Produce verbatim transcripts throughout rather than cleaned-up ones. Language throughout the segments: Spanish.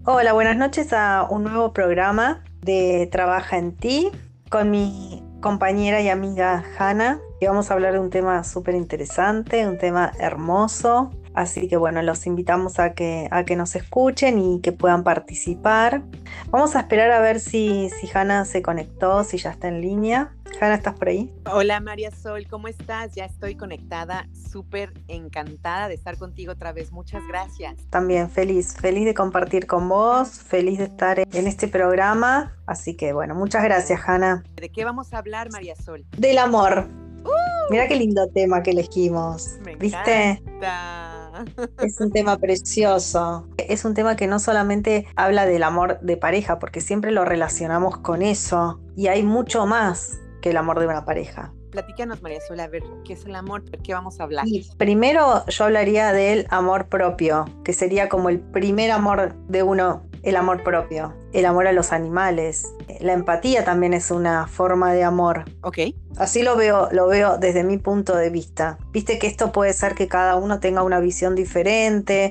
Hola, buenas noches a un nuevo programa de Trabaja en Ti con mi compañera y amiga Hanna, que vamos a hablar de un tema súper interesante, un tema hermoso. Así que bueno, los invitamos a que, a que nos escuchen y que puedan participar. Vamos a esperar a ver si, si Hanna se conectó, si ya está en línea. Hanna, ¿estás por ahí? Hola María Sol, ¿cómo estás? Ya estoy conectada, súper encantada de estar contigo otra vez. Muchas gracias. También feliz, feliz de compartir con vos, feliz de estar en este programa. Así que bueno, muchas gracias, Hanna. ¿De qué vamos a hablar, María Sol? Del amor. ¡Uh! Mira qué lindo tema que elegimos. Me ¿Viste? encanta. Es un tema precioso. Es un tema que no solamente habla del amor de pareja, porque siempre lo relacionamos con eso. Y hay mucho más que el amor de una pareja. Platícanos, María Sol, a ver, ¿qué es el amor? ¿De qué vamos a hablar? Y primero yo hablaría del amor propio, que sería como el primer amor de uno, el amor propio, el amor a los animales. La empatía también es una forma de amor. Ok. Así lo veo, lo veo desde mi punto de vista. Viste que esto puede ser que cada uno tenga una visión diferente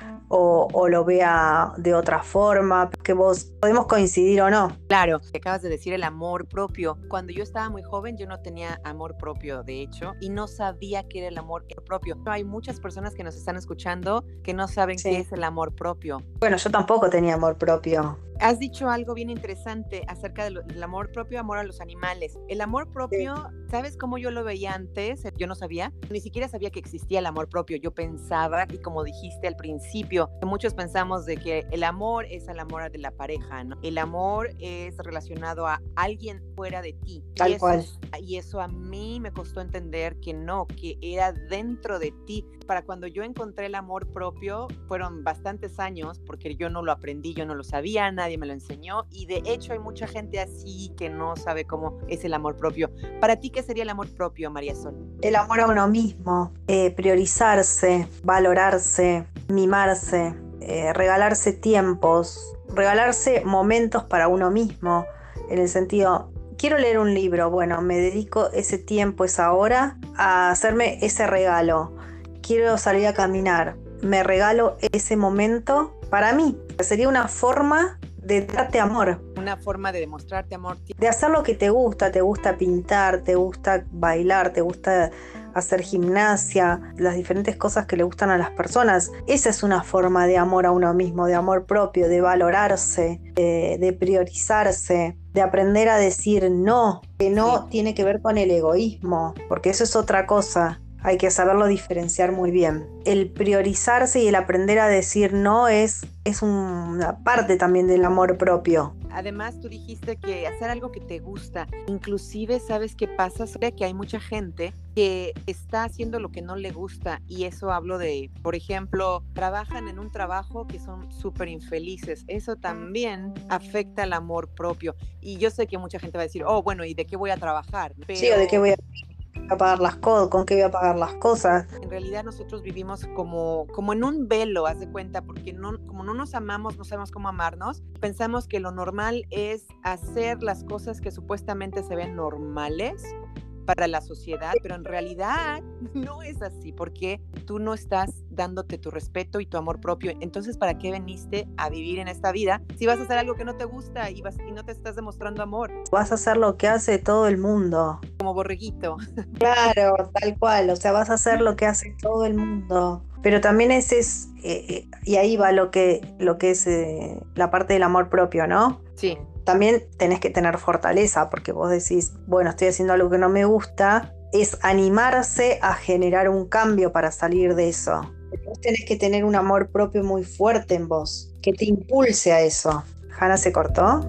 o, o lo vea de otra forma, que vos podemos coincidir o no. Claro, acabas de decir el amor propio. Cuando yo estaba muy joven, yo no tenía amor propio, de hecho, y no sabía qué era el amor propio. Hay muchas personas que nos están escuchando que no saben Sí. qué es el amor propio. Bueno, yo tampoco tenía amor propio. Has dicho algo bien interesante acerca de lo- del amor propio, amor a los animales. El amor propio, ¿sabes cómo yo lo veía antes? Yo no sabía, ni siquiera sabía que existía el amor propio. Yo pensaba, y como dijiste al principio, que muchos pensamos de que el amor es el amor de la pareja, ¿no? El amor es relacionado a alguien fuera de ti. Tal y eso, cual. Y eso a mí me costó entender que no, que era dentro de ti. Para cuando yo encontré el amor propio, fueron bastantes años, porque yo no lo aprendí, yo no lo sabía, nadie me lo enseñó, y de hecho hay mucha gente así que no sabe cómo es el amor propio. ¿Para ti qué sería el amor propio, María Sol? El amor a uno mismo, eh, priorizarse, valorarse, mimarse, eh, regalarse tiempos, regalarse momentos para uno mismo, en el sentido, quiero leer un libro, bueno, me dedico ese tiempo, esa hora, a hacerme ese regalo. Quiero salir a caminar, me regalo ese momento para mí. Sería una forma de darte amor, Una forma de demostrarte amor. de hacer lo que te gusta. Te gusta pintar, te gusta bailar, te gusta hacer gimnasia, las diferentes cosas que le gustan a las personas. Esa es una forma de amor a uno mismo, de amor propio, de valorarse, de, de priorizarse, de aprender a decir no, que no Sí. tiene que ver con el egoísmo, porque eso es otra cosa. Hay que saberlo diferenciar muy bien. El priorizarse y el aprender a decir no es, es una parte también del amor propio. Además, tú dijiste que hacer algo que te gusta, inclusive, ¿sabes qué pasa? Sé que hay mucha gente que está haciendo lo que no le gusta, y eso hablo de, por ejemplo, trabajan en un trabajo que son súper infelices. Eso también afecta al amor propio. Y yo sé que mucha gente va a decir, oh, bueno, ¿y de qué voy a trabajar? Pero Sí, o de qué voy a a pagar las cosas, con qué voy a pagar las cosas. en realidad nosotros vivimos como, como en un velo, haz de cuenta, porque no, como no nos amamos, no sabemos cómo amarnos, pensamos que lo normal es hacer las cosas que supuestamente se ven normales para la sociedad, pero en realidad no es así, porque tú no estás dándote tu respeto y tu amor propio. Entonces, ¿para qué viniste a vivir en esta vida si vas a hacer algo que no te gusta y, vas, y no te estás demostrando amor? Vas a hacer lo que hace todo el mundo. Como borreguito. Claro, tal cual, o sea, vas a hacer lo que hace todo el mundo. Pero también ese es, eh, eh, y ahí va lo que, lo que es eh, la parte del amor propio, ¿no? Sí. También tenés que tener fortaleza, porque vos decís, bueno, estoy haciendo algo que no me gusta, es animarse a generar un cambio para salir de eso. Vos tenés que tener un amor propio muy fuerte en vos, que te impulse a eso. ¿Hanna se cortó?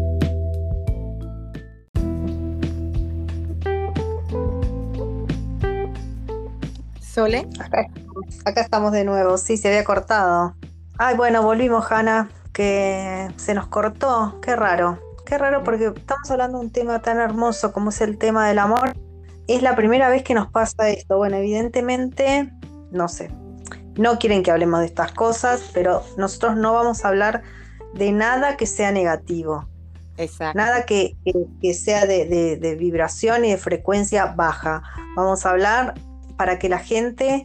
¿Sole? Acá, acá estamos de nuevo, sí, se había cortado. Ay, bueno, volvimos, Hanna, que se nos cortó, qué raro. Qué raro porque estamos hablando de un tema tan hermoso como es el tema del amor. Es la primera vez que nos pasa esto. Bueno, evidentemente, no sé, no quieren que hablemos de estas cosas, pero nosotros no vamos a hablar de nada que sea negativo. Exacto. Nada que, que, que sea de, de, de vibración y de frecuencia baja. Vamos a hablar para que la gente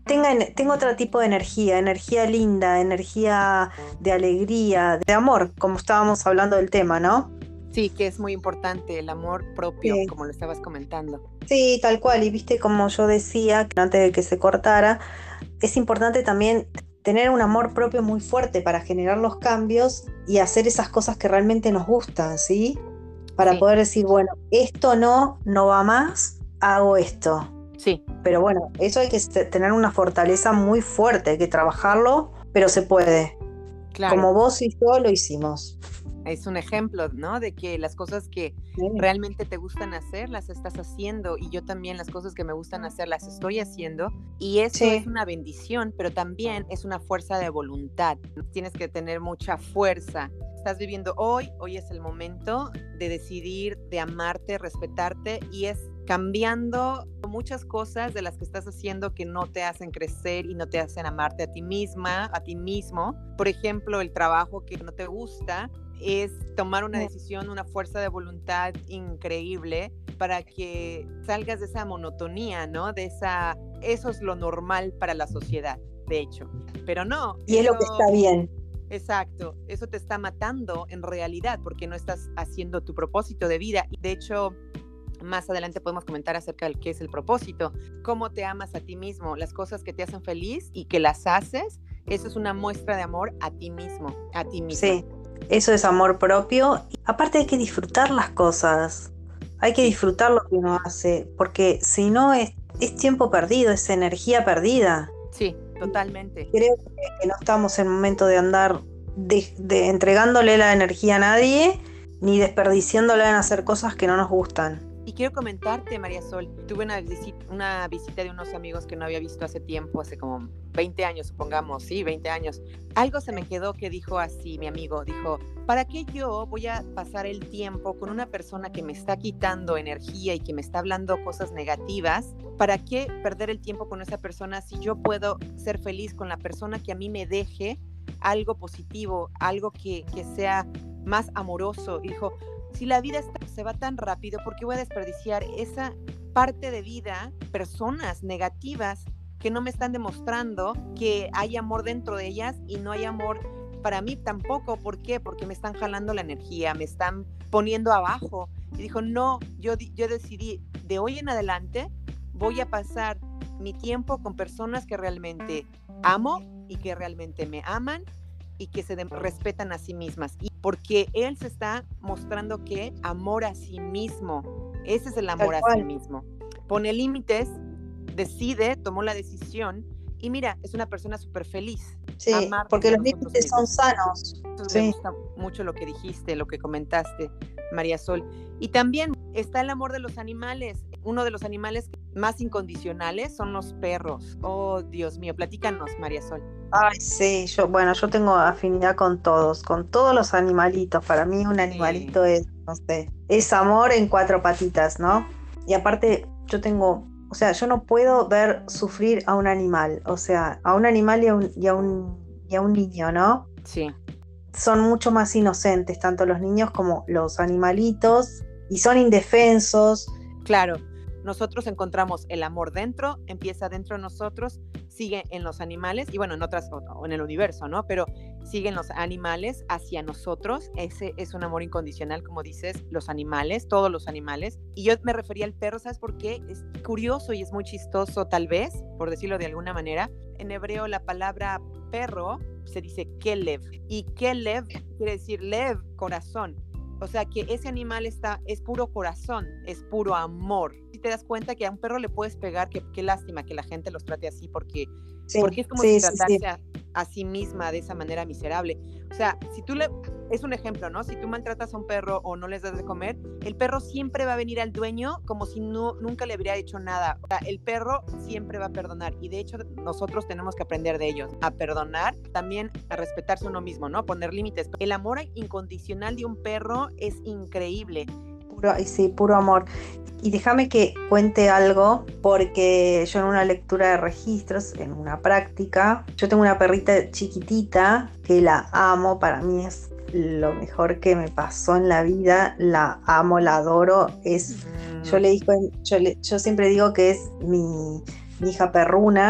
tenga, en- tenga otro tipo de energía, energía linda, energía de alegría, de amor, como estábamos hablando del tema, ¿no? Sí, que es muy importante el amor propio, Sí. como lo estabas comentando. Sí, tal cual. Y viste, como yo decía que antes de que se cortara, es importante también tener un amor propio muy fuerte para generar los cambios y hacer esas cosas que realmente nos gustan, ¿sí? Para Sí, poder decir, bueno, esto no, no va más, hago esto. sí, Pero bueno, eso hay que se- tener una fortaleza muy fuerte, hay que trabajarlo, pero se puede. claro. Como vos y yo lo hicimos. Es un ejemplo, ¿no? De que las cosas que Sí, realmente te gustan hacer, las estás haciendo y yo también las cosas que me gustan hacer, las estoy haciendo y eso es sí, una bendición, pero también es una fuerza de voluntad. Tienes que tener mucha fuerza. Estás viviendo hoy, hoy es el momento de decidir, de amarte, respetarte y es cambiando muchas cosas de las que estás haciendo que no te hacen crecer y no te hacen amarte a ti misma, a ti mismo. Por ejemplo, el trabajo que no te gusta es tomar una sí. decisión, una fuerza de voluntad increíble para que salgas de esa monotonía, ¿no? De esa, eso es lo normal para la sociedad, de hecho. Pero no, Y es lo que eso, está bien. exacto, eso te está matando en realidad porque no estás haciendo tu propósito de vida. De hecho, más adelante podemos comentar acerca del qué es el propósito, cómo te amas a ti mismo, las cosas que te hacen feliz y que las haces, eso es una muestra de amor a ti mismo, a ti misma. Sí, eso es amor propio. Y aparte hay que disfrutar las cosas, hay que Sí, disfrutar lo que uno hace, porque si no es, es tiempo perdido, es energía perdida. sí, Y totalmente. creo que, que no estamos en el momento de andar de, de entregándole la energía a nadie, ni desperdiciándola en hacer cosas que no nos gustan. Y quiero comentarte, María Sol, tuve una visita, una visita de unos amigos que no había visto hace tiempo, hace como veinte años, supongamos, sí, veinte años. Algo se me quedó que dijo así, mi amigo, dijo, ¿para qué yo voy a pasar el tiempo con una persona que me está quitando energía y que me está hablando cosas negativas? ¿Para qué perder el tiempo con esa persona si yo puedo ser feliz con la persona que a mí me deje algo positivo, algo que, que sea más amoroso? Y dijo, si la vida está, se va tan rápido, ¿por qué voy a desperdiciar esa parte de vida, personas negativas que no me están demostrando que hay amor dentro de ellas y no hay amor para mí tampoco? ¿Por qué? Porque me están jalando la energía, me están poniendo abajo. Y dijo, no, yo, yo decidí, de hoy en adelante voy a pasar mi tiempo con personas que realmente amo y que realmente me aman y que se de, respetan a sí mismas. Y porque él se está mostrando que amor a sí mismo, ese es el Tal amor a sí cual. mismo. Pone límites, decide, tomó la decisión y mira, es una persona súper feliz, Sí, amarnos porque a los nosotros límites son mismos. sanos. Entonces me Sí, gusta mucho lo que dijiste, lo que comentaste, María Sol. Y también está el amor de los animales. Uno de los animales más incondicionales son los perros. Oh, Dios mío, platícanos, María Sol. ay, sí, yo, bueno, yo tengo afinidad con todos, con todos los animalitos. Para mí un Sí, animalito es, no sé, es amor en cuatro patitas, ¿no? Y aparte, yo tengo, o sea, yo no puedo ver sufrir a un animal, o sea, a un animal y a un, y a un, y a un niño, ¿no? sí. Son mucho más inocentes, tanto los niños como los animalitos, y son indefensos. Claro, nosotros encontramos el amor dentro, empieza dentro de nosotros, sigue en los animales y bueno, en otras, o en el universo, ¿no? Pero siguen los animales hacia nosotros, ese es un amor incondicional, como dices, los animales, todos los animales. Y yo me refería al perro, ¿sabes por qué? Es curioso y es muy chistoso, tal vez, por decirlo de alguna manera. En hebreo la palabra perro se dice kelev y kelev quiere decir lev, corazón. O sea que ese animal está, es puro corazón, es puro amor. Si te das cuenta que a un perro le puedes pegar, que qué lástima que la gente los trate así, porque, Sí, porque es como si sí, sí, sí. tratase a, a sí misma de esa manera miserable. O sea, si tú le, es un ejemplo, ¿no? Si tú maltratas a un perro o no les das de comer, el perro siempre va a venir al dueño como si no, nunca le habría hecho nada. O sea, el perro siempre va a perdonar y de hecho nosotros tenemos que aprender de ellos, a perdonar, también a respetarse uno mismo, ¿no? Poner límites. El amor incondicional de un perro es increíble. Puro, y sí, puro amor. Y déjame que cuente algo, porque yo en una lectura de registros, en una práctica, yo tengo una perrita chiquitita que la amo, para mí es lo mejor que me pasó en la vida, la amo, la adoro, es, yo Mm, le digo, yo, le- yo siempre digo que es mi, mi hija perruna,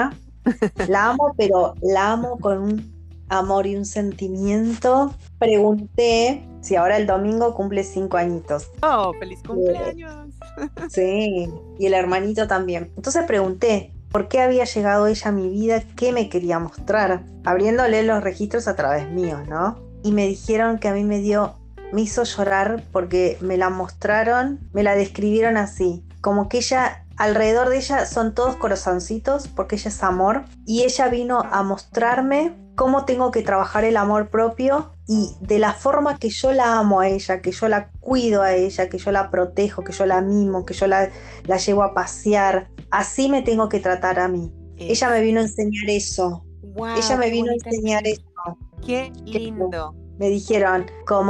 La amo, pero la amo con un amor y un sentimiento. Pregunté si ahora el domingo cumple cinco añitos. Oh, feliz Eh, cumpleaños. sí, y el hermanito también. Entonces pregunté por qué había llegado ella a mi vida, qué me quería mostrar, abriéndole los registros a través míos, ¿no? Y me dijeron que a mí me dio, me hizo llorar porque me la mostraron, me la describieron así, como que ella, alrededor de ella son todos corazoncitos, porque ella es amor, y ella vino a mostrarme cómo tengo que trabajar el amor propio y de la forma que yo la amo a ella, que yo la cuido a ella, que yo la protejo, que yo la mimo, que yo la, la llevo a pasear. Así me tengo que tratar a mí. Ella me Es, vino a enseñar eso. Ella wow, me qué vino a bonita enseñar lección. eso. Qué Que lindo. me dijeron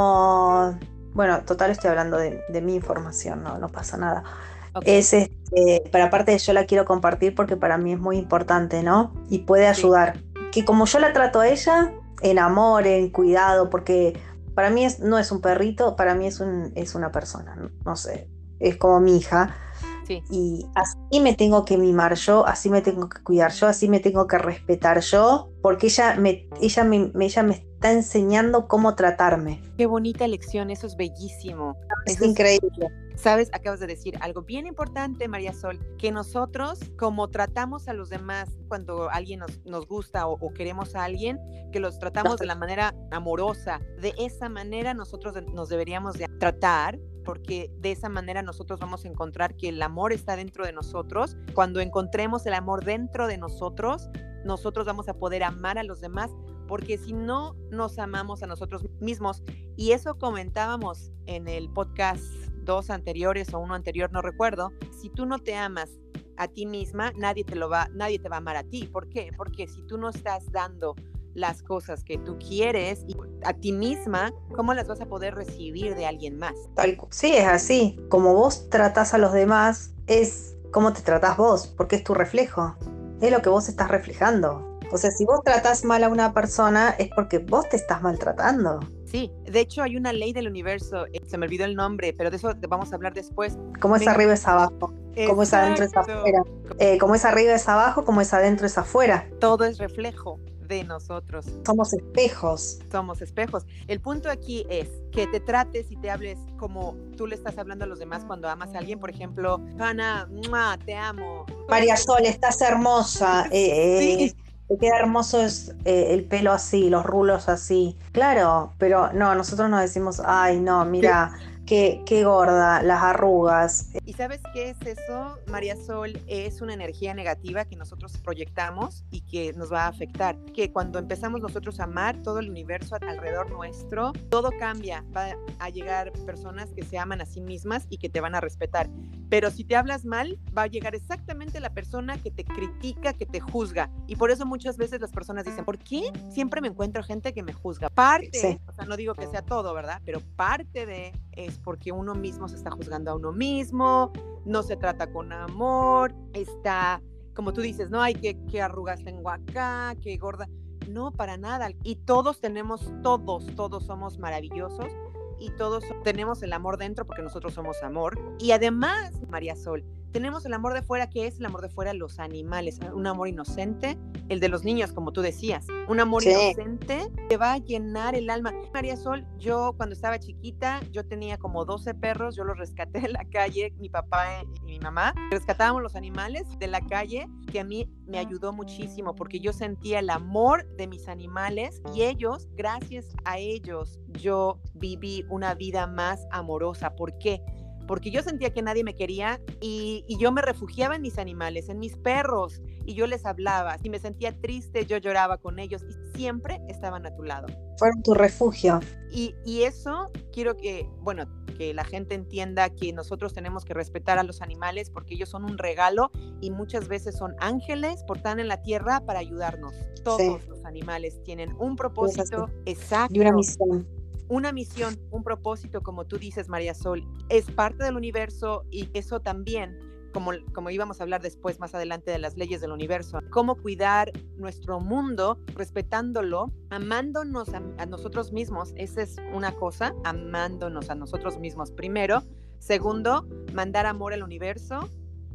como, bueno, total estoy hablando de, de mi información, no, no pasa nada. Ok, Es este, pero aparte yo la quiero compartir porque para mí es muy importante, ¿no? Y puede sí. ayudar. Que como yo la trato a ella, en amor, en cuidado, porque para mí es, no es un perrito, para mí es, un, es una persona, no, no sé, es como mi hija. Sí, Y así me tengo que mimar yo, así me tengo que cuidar yo, así me tengo que respetar yo, porque ella me, ella me, ella me está enseñando cómo tratarme. qué bonita lección, eso es bellísimo. Es Eso es, increíble. sabes, acabas de decir algo bien importante, María Sol, que nosotros, como tratamos a los demás cuando alguien nos, nos gusta o, o queremos a alguien, que los tratamos de la manera amorosa, de esa manera nosotros nos deberíamos de tratar, porque de esa manera nosotros vamos a encontrar que el amor está dentro de nosotros. Cuando encontremos el amor dentro de nosotros, nosotros vamos a poder amar a los demás, porque si no nos amamos a nosotros mismos, y eso comentábamos en el podcast dos anteriores o uno anterior, no recuerdo, si tú no te amas a ti misma, nadie te lo va, nadie te va a amar a ti. ¿Por qué? Porque si tú no estás dando las cosas que tú quieres y a ti misma, ¿cómo las vas a poder recibir de alguien más? Tal, sí, es así. Como vos tratás a los demás, es como te tratás vos, porque es tu reflejo. Es lo que vos estás reflejando. O sea, si vos tratás mal a una persona, es porque vos te estás maltratando. Sí, de hecho hay una ley del universo, eh, se me olvidó el nombre, pero de eso vamos a hablar después. Como es Me... arriba es abajo, como es adentro es afuera. Eh, como es arriba es abajo, como es adentro es afuera. Todo es reflejo de nosotros. Somos espejos. Somos espejos. El punto aquí es que te trates y te hables como tú le estás hablando a los demás cuando amas a alguien. Por ejemplo, Hanna, te amo. María Sol, estás hermosa. Eh, Sí. eh, te queda hermoso es, eh, el pelo así, los rulos así. Claro, pero no, nosotros nos decimos, ay, no, mira, qué, qué gorda, las arrugas. ¿Y sabes qué es eso, María Sol? Es una energía negativa que nosotros proyectamos y que nos va a afectar. Que cuando empezamos nosotros a amar todo el universo alrededor nuestro, todo cambia. Va a llegar personas que se aman a sí mismas y que te van a respetar. Pero si te hablas mal, va a llegar exactamente la persona que te critica, que te juzga. Y por eso muchas veces las personas dicen, ¿por qué siempre me encuentro gente que me juzga? Parte, sí. O sea, no digo que sea todo, ¿verdad? Pero parte de es porque uno mismo se está juzgando a uno mismo, no se trata con amor, está, como tú dices, no hay que, que arrugas tengo acá, que gorda. No, para nada. Y todos tenemos, todos, todos somos maravillosos. Y todos tenemos el amor dentro porque nosotros somos amor. Y además, María Sol, tenemos el amor de fuera. ¿Qué es el amor de fuera? Los animales. Un amor inocente, el de los niños, como tú decías. Un amor sí. inocente te va a llenar el alma. María Sol, yo cuando estaba chiquita, yo tenía como doce perros. Yo los rescaté de la calle, mi papá y mi mamá. Rescatábamos los animales de la calle, que a mí me ayudó muchísimo porque yo sentía el amor de mis animales y ellos, gracias a ellos, yo viví una vida más amorosa. ¿Por qué? Porque yo sentía que nadie me quería y, y yo me refugiaba en mis animales, en mis perros, y yo les hablaba. Si me sentía triste, yo lloraba con ellos y siempre estaban a tu lado. Fueron tu refugio. Y, y eso quiero que, bueno, que la gente entienda que nosotros tenemos que respetar a los animales porque ellos son un regalo y muchas veces son ángeles por estar en la tierra para ayudarnos. Todos sí. los animales tienen un propósito exacto. Y una misión. Una misión, un propósito, como tú dices, María Sol, es parte del universo y eso también, como, como íbamos a hablar después, más adelante, de las leyes del universo, cómo cuidar nuestro mundo, respetándolo, amándonos a, a nosotros mismos. Esa es una cosa, amándonos a nosotros mismos primero. Segundo, mandar amor al universo.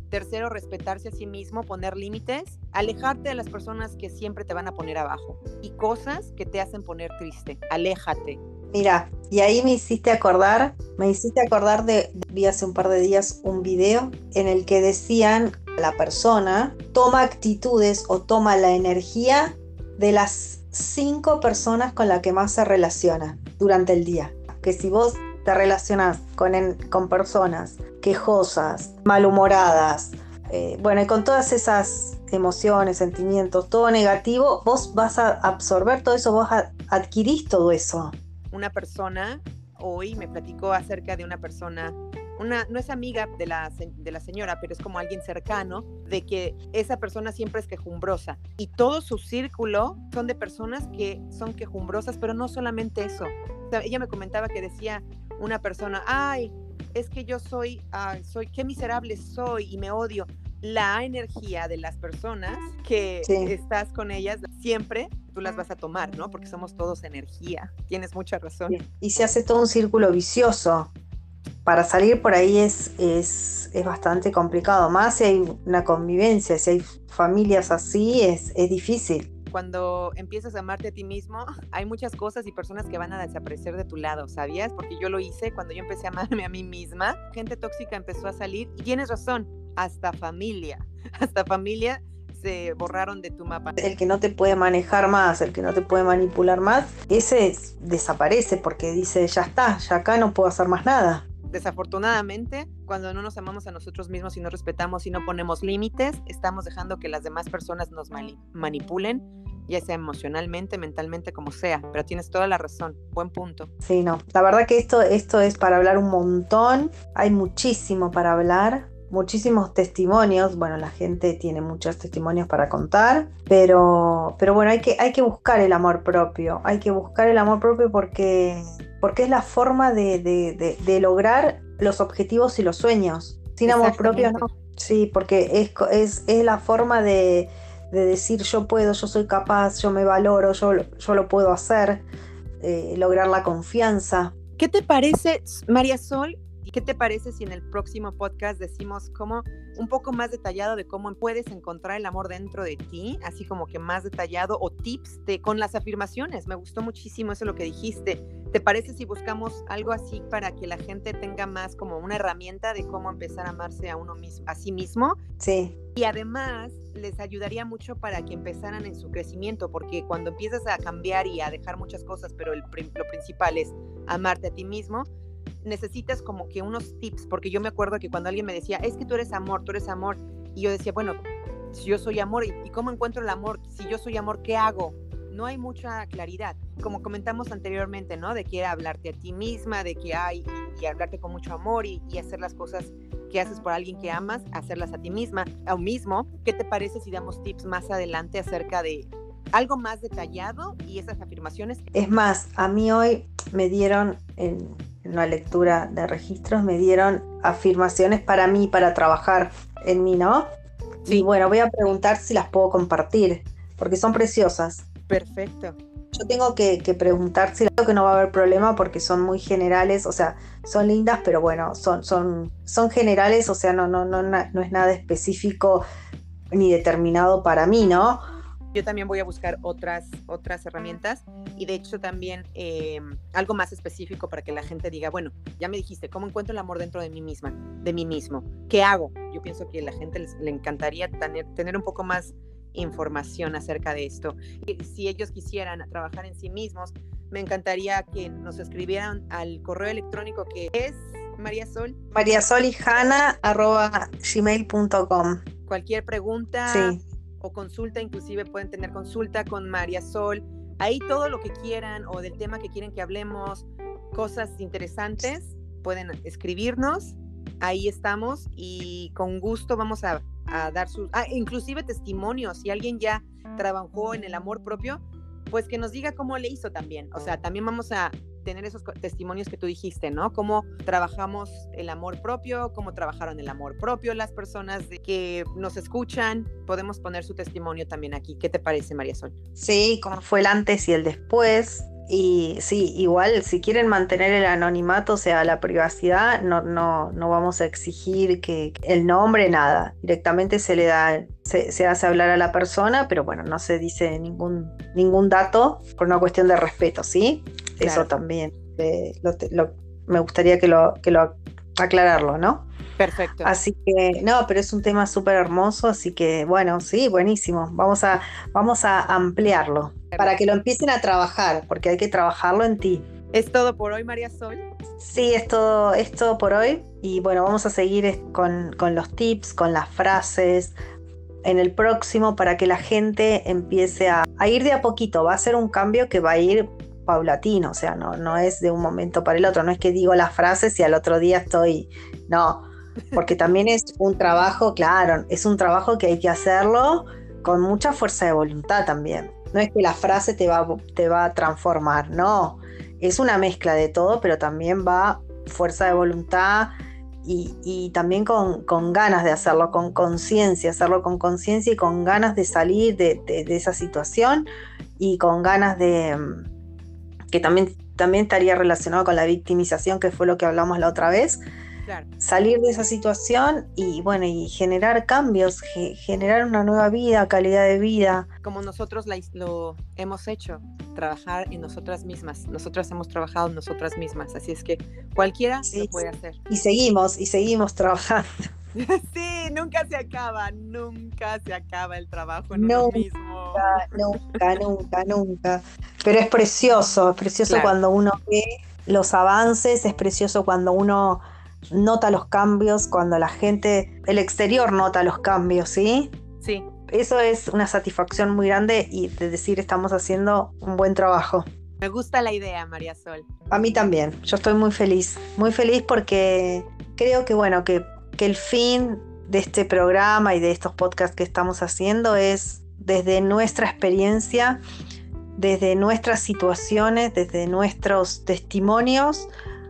Tercero, respetarse a sí mismo, poner límites, alejarte de las personas que siempre te van a poner abajo y cosas que te hacen poner triste. Aléjate. Mira, y ahí me hiciste acordar, me hiciste acordar de, vi hace un par de días un video en el que decían la persona toma actitudes o toma la energía de las cinco personas con las que más se relaciona durante el día. Que si vos te relacionas con, en, con personas quejosas, malhumoradas, eh, bueno, y con todas esas emociones, sentimientos, todo negativo, vos vas a absorber todo eso, vos a, adquirís todo eso. Una persona hoy me platicó acerca de una persona, una, no es amiga de la, de la señora, pero es como alguien cercano, de que esa persona siempre es quejumbrosa y todo su círculo son de personas que son quejumbrosas, pero no solamente eso. O sea, ella me comentaba que decía una persona, ay, es que yo soy, uh, soy, qué miserable soy y me odio. La energía de las personas que sí. estás con ellas siempre tú las vas a tomar, ¿no? Porque somos todos energía. Tienes mucha razón. Sí. Y se hace todo un círculo vicioso. Para salir por ahí es, es, es bastante complicado. Más si hay una convivencia, si hay familias así, es, es difícil. Cuando empiezas a amarte a ti mismo, hay muchas cosas y personas que van a desaparecer de tu lado, ¿sabías? Porque yo lo hice cuando yo empecé a amarme a mí misma. Gente tóxica empezó a salir y tienes razón, hasta familia, hasta familia se borraron de tu mapa. El que no te puede manejar más, el que no te puede manipular más, ese desaparece porque dice, ya está, ya acá no puedo hacer más nada. Desafortunadamente, cuando no nos amamos a nosotros mismos y no respetamos y no ponemos límites, estamos dejando que las demás personas nos mani- manipulen, ya sea emocionalmente, mentalmente, como sea. Pero tienes toda la razón, buen punto. Sí, no, la verdad que esto, esto es para hablar un montón, hay muchísimo para hablar, muchísimos testimonios, bueno, la gente tiene muchos testimonios para contar, pero, pero bueno, hay que, hay que buscar el amor propio, hay que buscar el amor propio porque... porque es la forma de, de, de, de lograr los objetivos y los sueños. Sin amor propio no. Sí, porque es, es, es la forma de, de decir yo puedo, yo soy capaz, yo me valoro, yo, yo lo puedo hacer, eh, lograr la confianza. ¿Qué te parece, María Sol? ¿Y qué te parece si en el próximo podcast decimos cómo, un poco más detallado de cómo puedes encontrar el amor dentro de ti, así como que más detallado, o tips de, con las afirmaciones? Me gustó muchísimo eso lo que dijiste. ¿Te parece si buscamos algo así para que la gente tenga más como una herramienta de cómo empezar a amarse a uno mismo, a sí mismo? Sí. Y además les ayudaría mucho para que empezaran en su crecimiento, porque cuando empiezas a cambiar y a dejar muchas cosas, pero el, lo principal es amarte a ti mismo, necesitas como que unos tips, porque yo me acuerdo que cuando alguien me decía, es que tú eres amor, tú eres amor, y yo decía, bueno, si yo soy amor, ¿y cómo encuentro el amor? Si yo soy amor, ¿qué hago? No hay mucha claridad, como comentamos anteriormente, ¿no? De que hablarte a ti misma, de que hay, y, y hablarte con mucho amor y, y hacer las cosas que haces por alguien que amas, hacerlas a ti misma, a un mismo. ¿Qué te parece si damos tips más adelante acerca de algo más detallado y esas afirmaciones? Es más, a mí hoy me dieron, en, en la lectura de registros, me dieron afirmaciones para mí, para trabajar en mí, ¿no? Sí. Y bueno, voy a preguntar si las puedo compartir, porque son preciosas. Perfecto. Yo tengo que, que preguntar si creo que no va a haber problema porque son muy generales, o sea, son lindas, pero bueno, son, son, son generales, o sea, no, no, no, no es nada específico ni determinado para mí, ¿no? Yo también voy a buscar otras, otras herramientas y de hecho también eh, algo más específico para que la gente diga, bueno, ya me dijiste, ¿cómo encuentro el amor dentro de mí misma, de mí mismo? ¿Qué hago? Yo pienso que a la gente les, le encantaría tener, tener un poco más información acerca de esto. Y si ellos quisieran trabajar en sí mismos, me encantaría que nos escribieran al correo electrónico que es María Sol. mariasolijana arroba gmail punto com. Cualquier pregunta sí. o consulta, inclusive pueden tener consulta con María Sol. Ahí todo lo que quieran o del tema que quieren que hablemos, cosas interesantes, pueden escribirnos. Ahí estamos y con gusto vamos a a dar sus, ah, inclusive testimonios, si alguien ya trabajó en el amor propio, pues que nos diga cómo le hizo también, o sea, también vamos a tener esos testimonios que tú dijiste, ¿no? Cómo trabajamos el amor propio, cómo trabajaron el amor propio las personas de que nos escuchan, podemos poner su testimonio también aquí. ¿Qué te parece, María Sol? Sí, cómo fue el antes y el después, Y sí, igual si quieren mantener el anonimato, o sea, la privacidad, no, no, no vamos a exigir que el nombre, nada. Directamente se le da, se, se hace hablar a la persona, pero bueno, no se dice ningún, ningún dato por una cuestión de respeto, ¿sí? Claro. Eso también eh, lo, lo, me gustaría que lo, que lo aclararlo, ¿no? Perfecto. Así que, no, pero es un tema súper hermoso, así que, bueno, sí, buenísimo. Vamos a, vamos a ampliarlo para que lo empiecen a trabajar, porque hay que trabajarlo en ti. ¿Es todo por hoy, María Sol? Sí, es todo, es todo por hoy. Y bueno, vamos a seguir con, con los tips, con las frases en el próximo para que la gente empiece a, a ir de a poquito. Va a ser un cambio que va a ir paulatino, o sea, no, no es de un momento para el otro. No es que digo las frases y al otro día estoy... No, porque también es un trabajo, claro, es un trabajo que hay que hacerlo con mucha fuerza de voluntad también. No es que la frase te va, te va a transformar, no. Es una mezcla de todo, pero también va fuerza de voluntad y, y también con, con ganas de hacerlo, con conciencia, hacerlo con conciencia y con ganas de salir de, de, de esa situación y con ganas de... que también, también estaría relacionado con la victimización, que fue lo que hablamos la otra vez. Claro. Salir de esa situación y bueno, y generar cambios, ge- generar una nueva vida, calidad de vida. Como nosotros la, lo hemos hecho, trabajar en nosotras mismas. Nosotras hemos trabajado en nosotras mismas, así es que cualquiera sí, lo puede hacer. Y seguimos, y seguimos trabajando. Sí, nunca se acaba, nunca se acaba el trabajo en nunca, uno mismo. Nunca, nunca, nunca. Pero es precioso, es precioso claro. Cuando uno ve los avances, es precioso cuando uno nota los cambios, cuando la gente, el exterior nota los cambios, ¿sí? Sí. Eso es una satisfacción muy grande y de decir estamos haciendo un buen trabajo. Me gusta la idea, María Sol. A mí también, yo estoy muy feliz, muy feliz porque creo que bueno, que, que el fin de este programa y de estos podcasts que estamos haciendo es desde nuestra experiencia, desde nuestras situaciones, desde nuestros testimonios,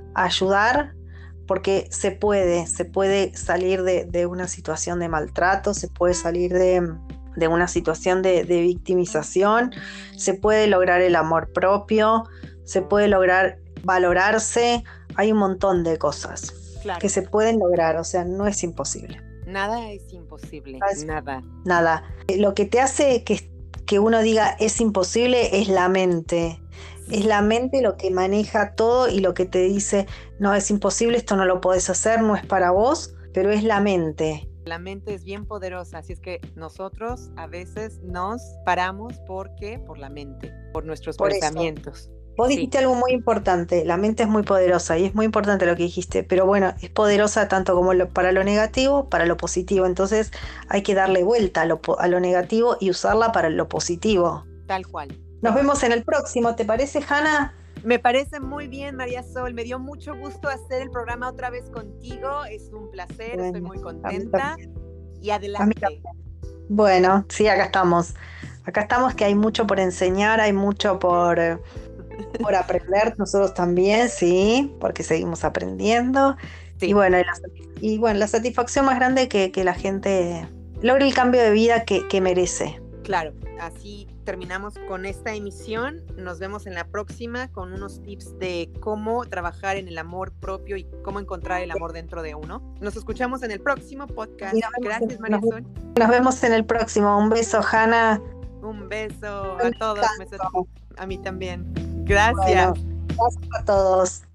ayudar, porque se puede, se puede salir de, de una situación de maltrato, se puede salir de, de una situación de, de victimización, se puede lograr el amor propio, se puede lograr valorarse, hay un montón de cosas claro. que se pueden lograr, o sea, no es imposible. Nada es imposible, es, nada. Nada. Lo que te hace que, que uno diga es imposible es la mente. Es la mente lo que maneja todo y lo que te dice, no, es imposible, esto no lo podés hacer, no es para vos, pero es la mente. La mente es bien poderosa, así es que nosotros a veces nos paramos porque por la mente, por nuestros por pensamientos. Eso. Vos dijiste sí. algo muy importante, la mente es muy poderosa y es muy importante lo que dijiste, pero bueno, es poderosa tanto como lo, para lo negativo, para lo positivo, entonces hay que darle vuelta a lo, a lo negativo y usarla para lo positivo. Tal cual. Nos vemos en el próximo, ¿te parece, Hanna? Me parece muy bien, María Sol. Me dio mucho gusto hacer el programa otra vez contigo. Es un placer, bueno, estoy muy contenta. Y adelante. Bueno, sí, acá estamos. Acá estamos, que hay mucho por enseñar, hay mucho por, por aprender. Nosotros también, sí, porque seguimos aprendiendo. Sí. Y, bueno, y, la, y bueno, la satisfacción más grande que, que la gente logre el cambio de vida que, que merece. Claro, así terminamos con esta emisión. Nos vemos en la próxima con unos tips de cómo trabajar en el amor propio y cómo encontrar el amor dentro de uno. Nos escuchamos en el próximo podcast. Gracias, María Sol. Nos vemos en el próximo. Un beso, Hanna. Un beso a todos. A mí también. Gracias. Bueno, gracias a todos.